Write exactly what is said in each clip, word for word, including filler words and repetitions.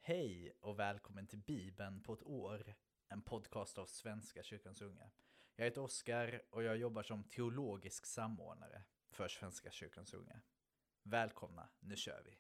Hej och välkommen till Bibeln på ett år, en podcast av Svenska kyrkans unga. Jag heter Oskar och jag jobbar som teologisk samordnare för Svenska kyrkans unga. Välkomna, nu kör vi!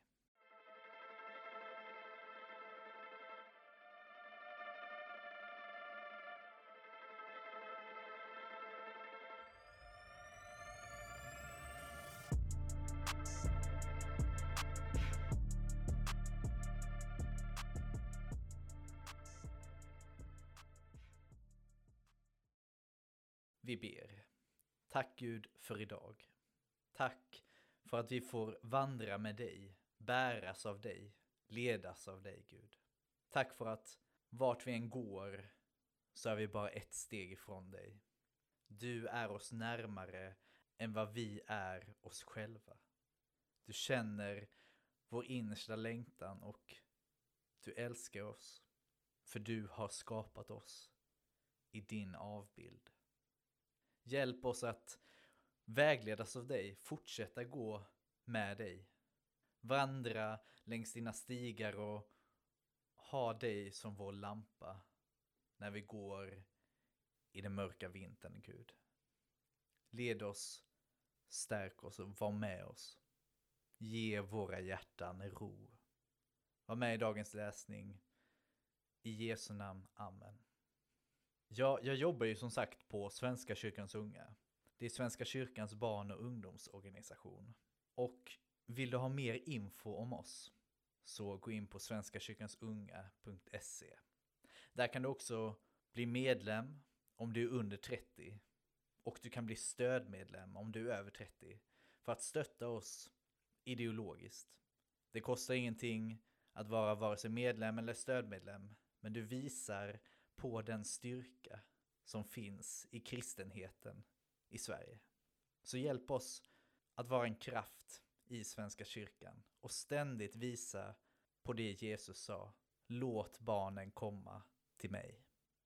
Vi ber. Tack Gud för idag. Tack för att vi får vandra med dig, bäras av dig, ledas av dig Gud. Tack för att vart vi än går så är vi bara ett steg ifrån dig. Du är oss närmare än vad vi är oss själva. Du känner vår innersta längtan och du älskar oss. För du har skapat oss i din avbild. Hjälp oss att vägledas av dig, fortsätta gå med dig. Vandra längs dina stigar och ha dig som vår lampa när vi går i den mörka vintern, Gud. Led oss, stärk oss och var med oss. Ge våra hjärtan ro. Var med i dagens läsning. I Jesu namn, amen. Ja, jag jobbar ju som sagt på Svenska kyrkans unga. Det är Svenska kyrkans barn- och ungdomsorganisation. Och vill du ha mer info om oss så gå in på svenskakyrkansunga punkt se. Där kan du också bli medlem om du är under trettio. Och du kan bli stödmedlem om du är över trettio. För att stötta oss ideologiskt. Det kostar ingenting att vara vare sig medlem eller stödmedlem. Men du visar på den styrka som finns i kristenheten i Sverige. Så hjälp oss att vara en kraft i Svenska kyrkan och ständigt visa på det Jesus sa. Låt barnen komma till mig.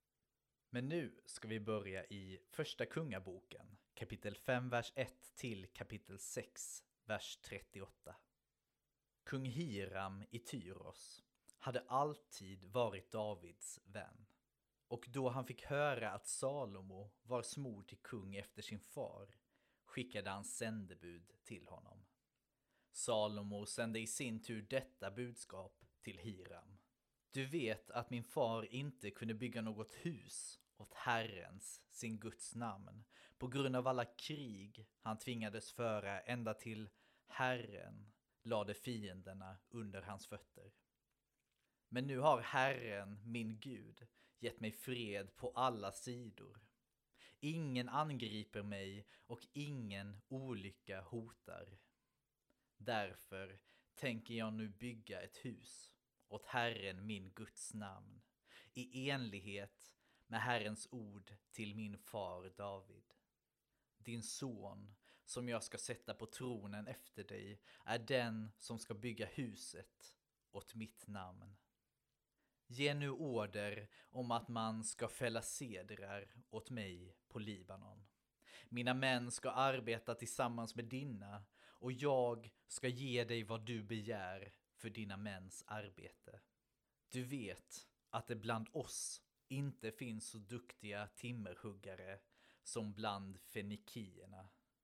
Men nu ska vi börja i första kungaboken, kapitel fem, vers ett till kapitel sex, vers trettioåtta. Kung Hiram i Tyros hade alltid varit Davids vän. Och då han fick höra att Salomo var smord till kung efter sin far, skickade han sändebud till honom. Salomo sände i sin tur detta budskap till Hiram. Du vet att min far inte kunde bygga något hus åt Herrens, sin Guds namn, på grund av alla krig han tvingades föra ända till Herren lade fienderna under hans fötter. Men nu har Herren, min Gud, gett mig fred på alla sidor. Ingen angriper mig och ingen olycka hotar. Därför tänker jag nu bygga ett hus åt Herren, min Guds namn, i enlighet med Herrens ord till min far David. Din son, som jag ska sätta på tronen efter dig, är den som ska bygga huset åt mitt namn. Ge nu order om att man ska fälla cedrar åt mig på Libanon. Mina män ska arbeta tillsammans med dina, och jag ska ge dig vad du begär för dina mäns arbete. Du vet att det bland oss inte finns så duktiga timmerhuggare som bland fenikierna.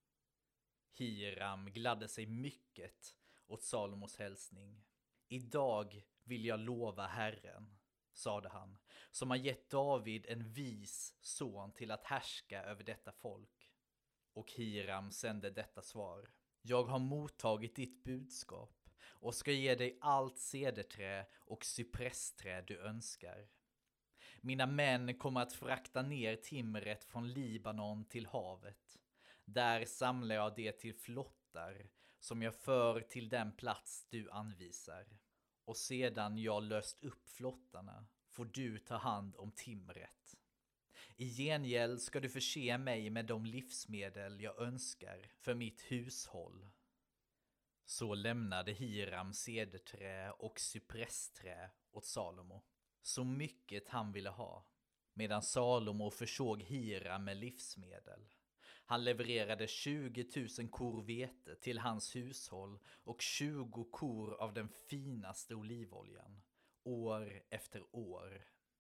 Hiram gladde sig mycket åt Salomos hälsning. Idag vill jag lova Herren, sade han, som har gett David en vis son till att härska över detta folk. Och Hiram sände detta svar. Jag har mottagit ditt budskap och ska ge dig allt cederträ och cypressträ du önskar. Mina män kommer att frakta ner timret från Libanon till havet. Där samlar jag det till flottar som jag för till den plats du anvisar. Och sedan jag löst upp flottarna får du ta hand om timret. I gengäld ska du förse mig med de livsmedel jag önskar för mitt hushåll. Så lämnade Hiram cederträ och cypressträ åt Salomo. Så mycket han ville ha. Medan Salomo försåg Hiram med livsmedel. Han levererade tjugo tusen kor vete till hans hushåll och tjugo kor av den finaste olivoljan. år efter år.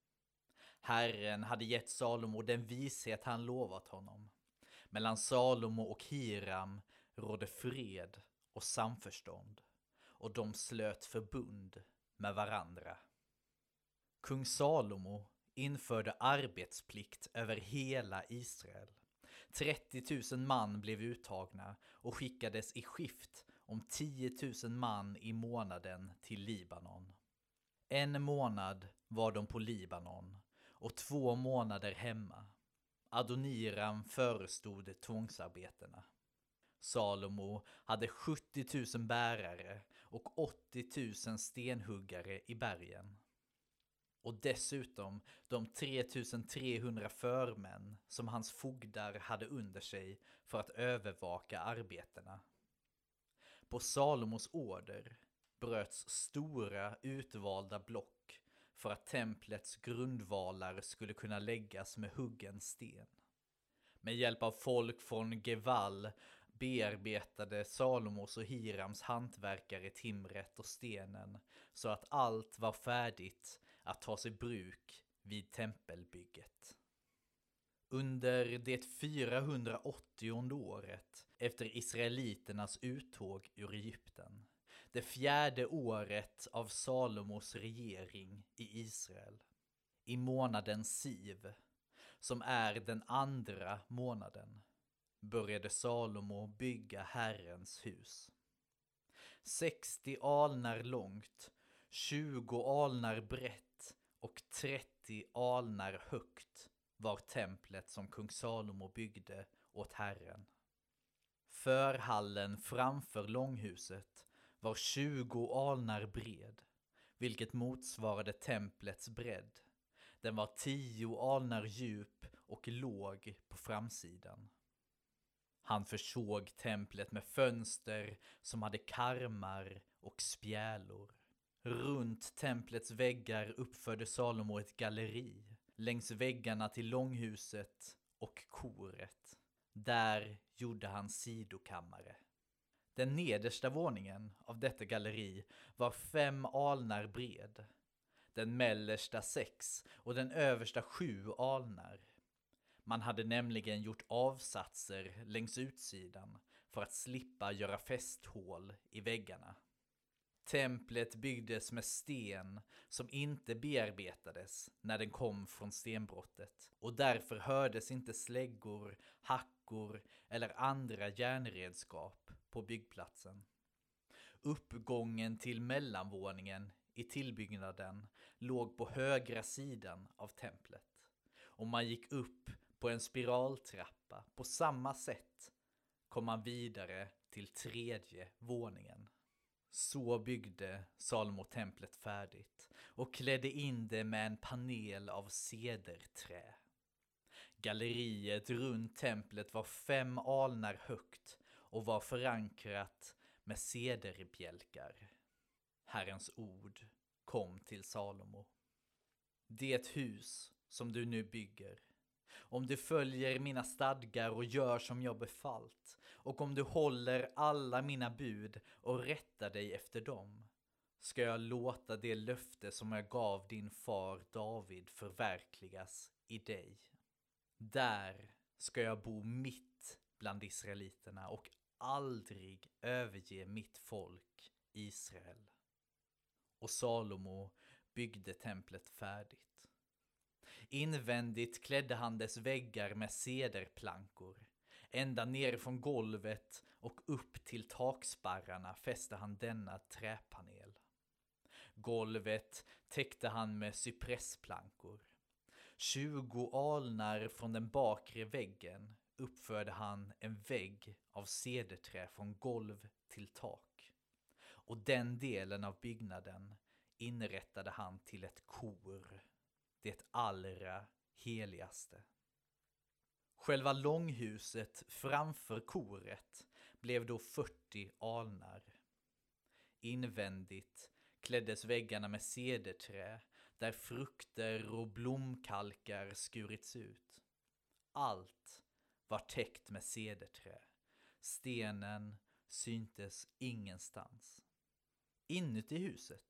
Herren hade gett Salomo den vishet han lovat honom. Mellan Salomo och Hiram rådde fred och samförstånd, och de slöt förbund med varandra. Kung Salomo införde arbetsplikt över hela Israel. trettio tusen man blev uttagna och skickades i skift om tio tusen man i månaden till Libanon. En månad var de på Libanon och två månader hemma. Adoniram förestod tvångsarbetena. Salomo hade sjuttio tusen bärare och åttio tusen stenhuggare i bergen. Och dessutom de tre tusen trehundra förmän som hans fogdar hade under sig för att övervaka arbetena. På Salomos order bröts stora utvalda block för att templets grundvalar skulle kunna läggas med huggen sten. Med hjälp av folk från Geval bearbetade Salomos och Hirams hantverkare timret och stenen så att allt var färdigt att tas i bruk vid tempelbygget. Under det fyrahundraåttionde året efter israeliternas uttåg ur Egypten, det fjärde året av Salomos regering i Israel, i månaden Siv, som är den andra månaden, började Salomo bygga Herrens hus. sextio alnar långt, tjugo alnar brett och trettio alnar högt var templet som kung Salomo byggde åt Herren. Förhallen framför långhuset var tjugo alnar bred, vilket motsvarade templets bredd. Den var tio alnar djup och låg på framsidan. Han försåg templet med fönster som hade karmar och spjälor. Runt templets väggar uppförde Salomo ett galleri längs väggarna till långhuset och koret. Där gjorde han sidokammare. Den nedersta våningen av detta galleri var fem alnar bred. Den mellersta sex och den översta sju alnar. Man hade nämligen gjort avsatser längs utsidan för att slippa göra fästhål i väggarna. Templet byggdes med sten som inte bearbetades när den kom från stenbrottet, och därför hördes inte släggor, hackor eller andra järnredskap på byggplatsen. Uppgången till mellanvåningen i tillbyggnaden låg på högra sidan av templet, och man gick upp på en spiraltrappa. På samma sätt kom man vidare till tredje våningen. Så byggde Salomo templet färdigt och klädde in det med en panel av cederträ. Galleriet runt templet var fem alnar högt och var förankrat med cederbjälkar. Herrens ord kom till Salomo. Det hus som du nu bygger, om du följer mina stadgar och gör som jag befallt, och om du håller alla mina bud och rättar dig efter dem, ska jag låta det löfte som jag gav din far David förverkligas i dig. Där ska jag bo mitt bland israeliterna och aldrig överge mitt folk Israel. Och Salomo byggde templet färdigt. Invändigt klädde han dess väggar med cederplankor. Ända ner från golvet och upp till taksparrarna fäste han denna träpanel. Golvet täckte han med cypressplankor. Tjugo alnar från den bakre väggen uppförde han en vägg av cederträ från golv till tak. Och den delen av byggnaden inrättade han till ett kor, det allra heligaste. Själva långhuset framför koret blev då fyrtio alnar. Invändigt kläddes väggarna med cederträ där frukter och blomkalkar skurits ut. Allt var täckt med cederträ. Stenen syntes ingenstans. Inuti huset,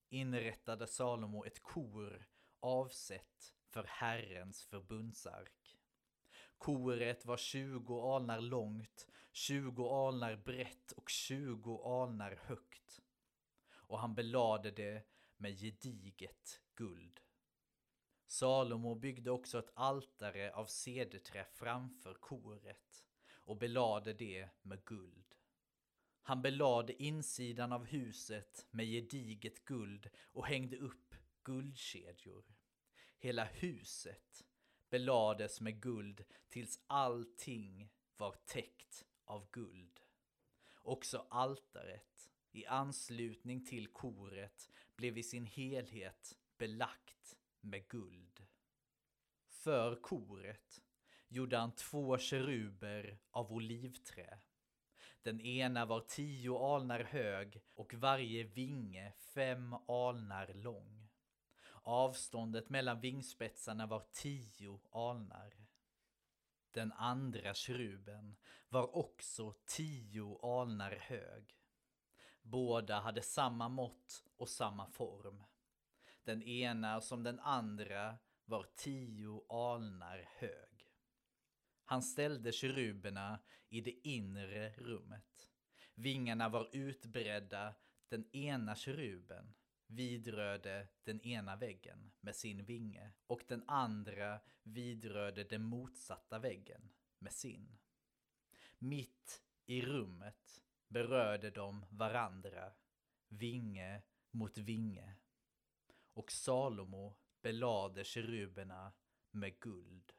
inrättade Salomo ett kor avsett för Herrens förbundsark. Koret var tjugo alnar långt, tjugo alnar brett och tjugo alnar högt. Och han belade det med gediget guld. Salomo byggde också ett altare av cederträ framför koret och belade det med guld. Han belade insidan av huset med gediget guld och hängde upp guldkedjor. Hela huset belades med guld tills allting var täckt av guld. Också altaret i anslutning till koret blev i sin helhet belagt med guld. För koret gjorde han två keruber av olivträ. Den ena var tio alnar hög och varje vinge fem alnar lång. Avståndet mellan vingspetsarna var tio alnar. Den andra keruben var också tio alnar hög. Båda hade samma mått och samma form. Den ena som den andra var tio alnar hög. Han ställde keruberna i det inre rummet. Vingarna var utbredda, den ena keruben vidrörde den ena väggen med sin vinge och den andra vidrörde den motsatta väggen med sin. Mitt i rummet berörde de varandra, vinge mot vinge. Och Salomo belade keruberna med guld.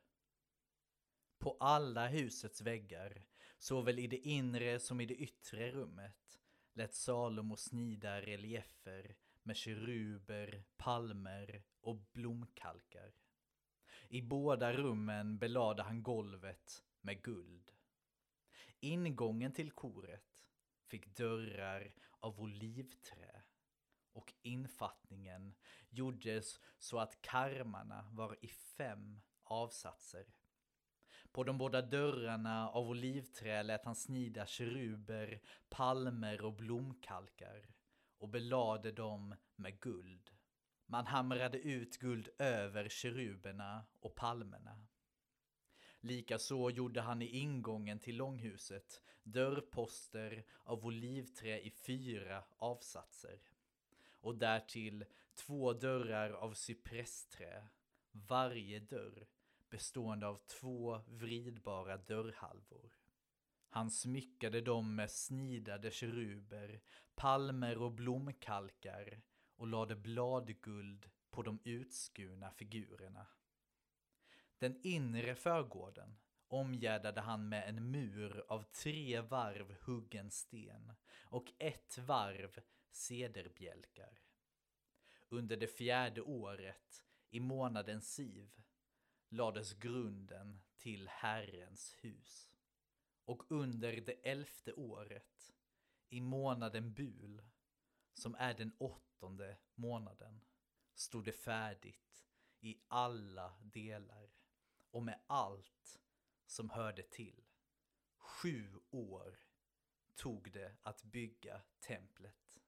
På alla husets väggar, såväl i det inre som i det yttre rummet, lät Salomo snida reliefer med keruber, palmer och blomkalkar. I båda rummen belade han golvet med guld. Ingången till koret fick dörrar av olivträ och infattningen gjordes så att karmarna var i fem avsatser. På de båda dörrarna av olivträ lät han snida keruber, palmer och blomkalkar och belade dem med guld. Man hamrade ut guld över keruberna och palmerna. Likaså gjorde han i ingången till långhuset dörrposter av olivträ i fyra avsatser. Och därtill två dörrar av cypressträ, varje dörr bestående av två vridbara dörrhalvor. Han smyckade dem med snidade keruber, palmer och blomkalkar och lade bladguld på de utskurna figurerna. Den inre förgården omgärdade han med en mur av tre varv huggen sten och ett varv cederbjälkar. Under det fjärde året, i månaden Siv, lades grunden till Herrens hus. Och under det elfte året, i månaden Bul, som är den åttonde månaden, stod det färdigt i alla delar och med allt som hörde till. Sju år tog det att bygga templet.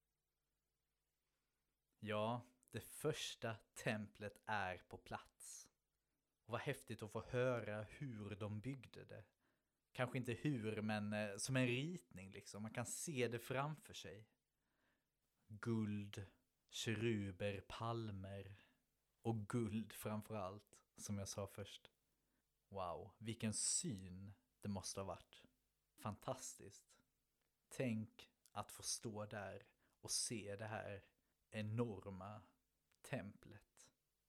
Ja, det första templet är på plats. Och vad häftigt att få höra hur de byggde det. Kanske inte hur, men eh, som en ritning liksom. Man kan se det framför sig. Guld, keruber, palmer och guld framförallt, som jag sa först. Wow, vilken syn det måste ha varit. Fantastiskt. Tänk att få stå där och se det här enorma templet.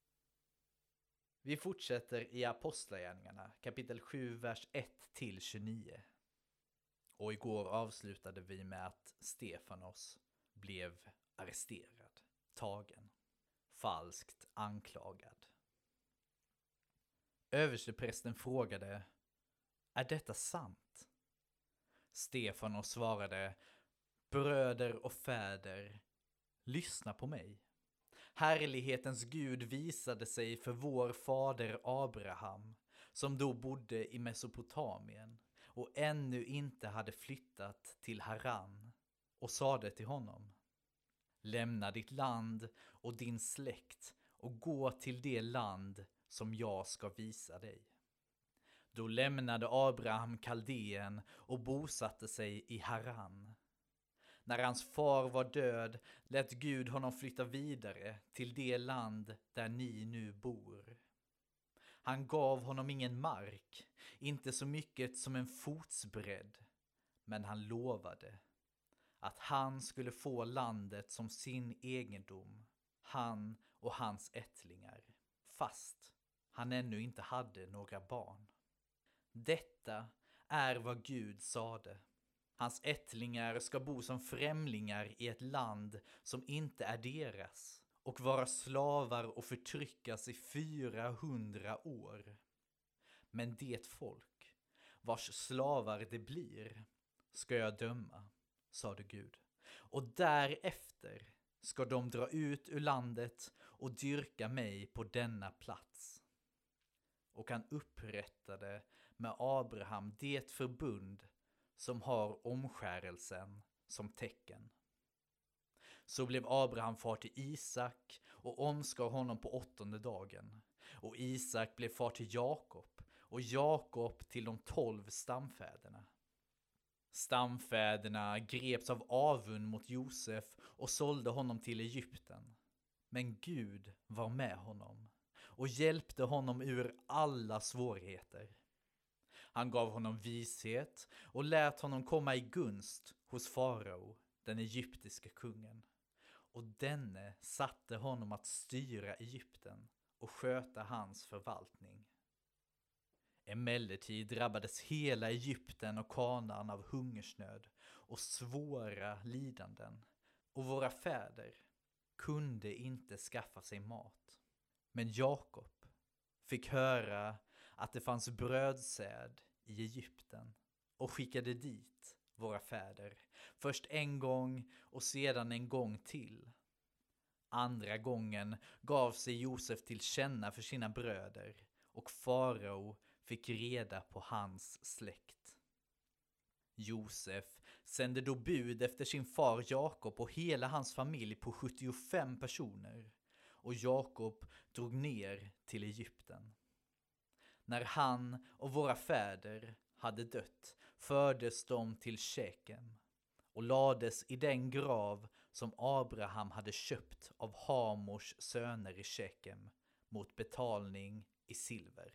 Vi fortsätter i Apostlagärningarna, kapitel sju, vers ett till tjugonio. Och igår avslutade vi med att Stefanos blev arresterad, tagen, falskt anklagad. Översteprästen frågade: är detta sant? Stefanos svarade: bröder och fäder, lyssna på mig. Härlighetens Gud visade sig för vår fader Abraham, som då bodde i Mesopotamien och ännu inte hade flyttat till Haran, och sade till honom: Lämna ditt land och din släkt och gå till det land som jag ska visa dig. Då lämnade Abraham Kaldeen och bosatte sig i Haran. När hans far var död lät Gud honom flytta vidare till det land där ni nu bor. Han gav honom ingen mark, inte så mycket som en fotsbredd, men han lovade att han skulle få landet som sin egendom, han och hans ättlingar, fast han ännu inte hade några barn. Detta är vad Gud sade. Hans ättlingar ska bo som främlingar i ett land som inte är deras och vara slavar och förtryckas i fyrahundra år. Men det folk, vars slavar det blir, ska jag döma, sade Gud. Och därefter ska de dra ut ur landet och dyrka mig på denna plats. Och han upprättade med Abraham det förbund som har omskärelsen som tecken. Så blev Abraham far till Isak och omskar honom på åttonde dagen. Och Isak blev far till Jakob och Jakob till de tolv stamfäderna. Stamfäderna greps av avund mot Josef och sålde honom till Egypten. Men Gud var med honom och hjälpte honom ur alla svårigheter. Han gav honom vishet och lät honom komma i gunst hos farao, den egyptiske kungen. Och denne satte honom att styra Egypten och sköta hans förvaltning. Emellertid drabbades hela Egypten och Kanaan av hungersnöd och svåra lidanden, och våra fäder kunde inte skaffa sig mat. Men Jakob fick höra att det fanns brödsäd i Egypten och skickade dit våra fäder, först en gång och sedan en gång till. Andra gången gav sig Josef till känna för sina bröder, och farao fick reda på hans släkt. Josef sände då bud efter sin far Jakob och hela hans familj på sjuttiofem personer, och Jakob drog ner till Egypten. När han och våra fäder hade dött fördes de till Shekem och lades i den grav som Abraham hade köpt av Hamors söner i Shekem mot betalning i silver.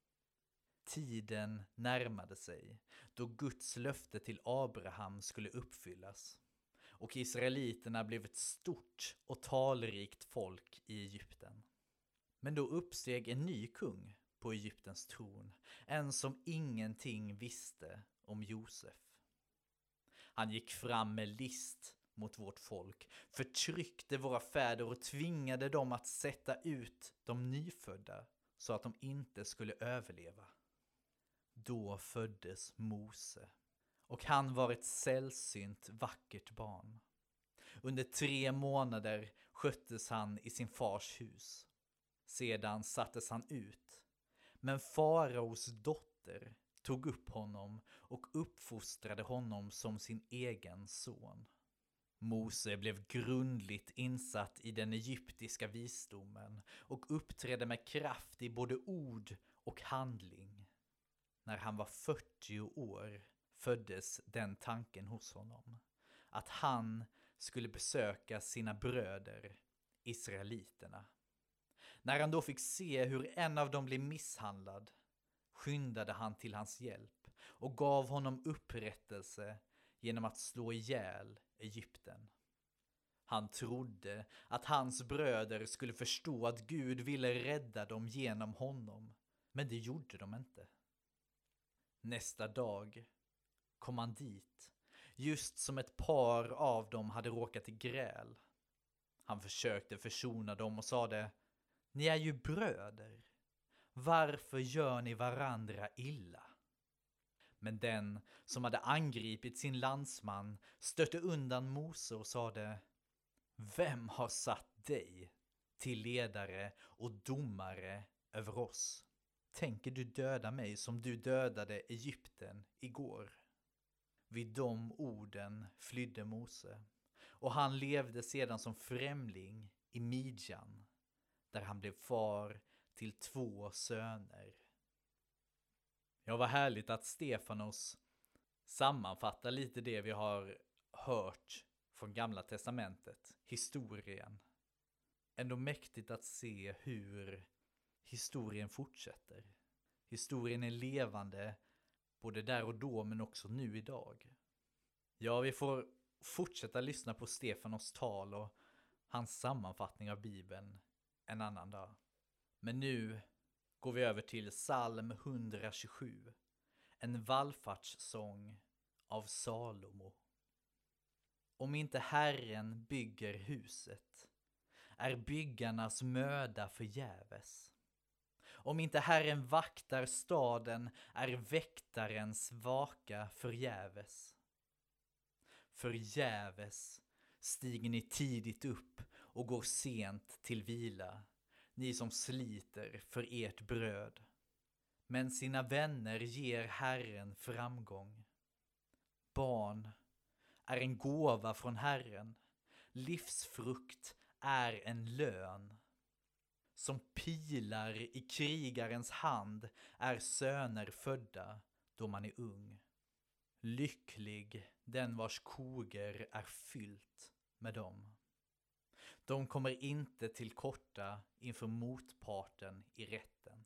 Tiden närmade sig då Guds löfte till Abraham skulle uppfyllas, och israeliterna blev ett stort och talrikt folk i Egypten. Men då uppsteg en ny kung på Egyptens tron, en som ingenting visste om Josef. Han gick fram med list mot vårt folk, förtryckte våra fäder och tvingade dem att sätta ut de nyfödda så att de inte skulle överleva. Då föddes Mose, och han var ett sällsynt vackert barn. Under tre månader sköttes han i sin fars hus. Sedan sattes han ut, men faraos dotter tog upp honom och uppfostrade honom som sin egen son. Mose blev grundligt insatt i den egyptiska visdomen och uppträdde med kraft i både ord och handling. När han var fyrtio år föddes den tanken hos honom, att han skulle besöka sina bröder, israeliterna. När han då fick se hur en av dem blev misshandlad, skyndade han till hans hjälp och gav honom upprättelse genom att slå ihjäl Egypten. Han trodde att hans bröder skulle förstå att Gud ville rädda dem genom honom, men det gjorde de inte. Nästa dag kom han dit, just som ett par av dem hade råkat i gräl. Han försökte försona dem och sade: "Ni är ju bröder. Varför gör ni varandra illa?" Men den som hade angripit sin landsman stötte undan Mose och sade: "Vem har satt dig till ledare och domare över oss? Tänker du döda mig som du dödade Egypten igår?" Vid de orden flydde Mose, Och han levde sedan som främling i Midjan, där han blev far till två söner. Ja, vad härligt att Stefanos sammanfattar lite det vi har hört från Gamla testamentet, historien. Ändå mäktigt att se hur historien fortsätter. Historien är levande både där och då men också nu idag. Ja, vi får fortsätta lyssna på Stefanos tal och hans sammanfattning av Bibeln en annan dag. Men nu går vi över till psalm etthundratjugosju, en vallfartssång av Salomo. Om inte Herren bygger huset, är byggarnas möda förgäves. Om inte Herren vaktar staden, är väktarens vaka förgäves. Förgäves stiger ni tidigt upp och går sent till vila, ni som sliter för ert bröd. Men sina vänner ger Herren framgång. Barn är en gåva från Herren, livsfrukt är en lön. Som pilar i krigarens hand är söner födda då man är ung. Lycklig den vars koger är fyllt med dem. De kommer inte till korta inför motparten i rätten.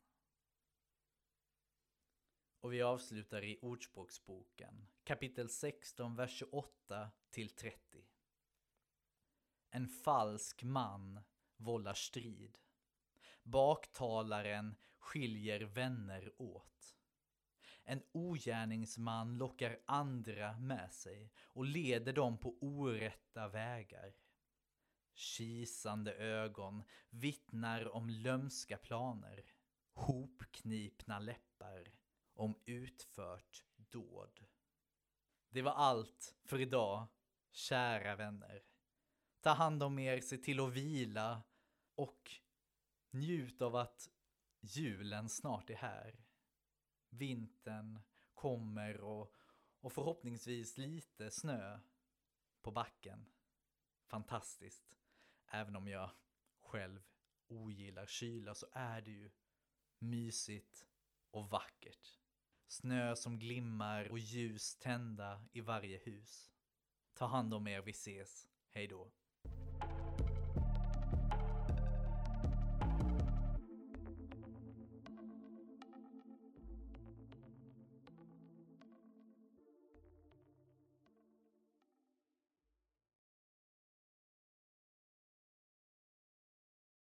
Och vi avslutar i Ordspråksboken, kapitel sexton, vers tjugoåtta till trettio. En falsk man vållar strid. Baktalaren skiljer vänner åt. En ogärningsman lockar andra med sig och leder dem på orätta vägar. Kisande ögon vittnar om lömska planer, hopknipna läppar om utfört dåd. Det var allt för idag, kära vänner. Ta hand om er, se till att vila och njut av att julen snart är här. Vintern kommer och, och förhoppningsvis lite snö på backen. Fantastiskt. Även om jag själv ogillar kyla så är det ju mysigt och vackert. Snö som glimmar och ljus tända i varje hus. Ta hand om er, vi ses. Hej då.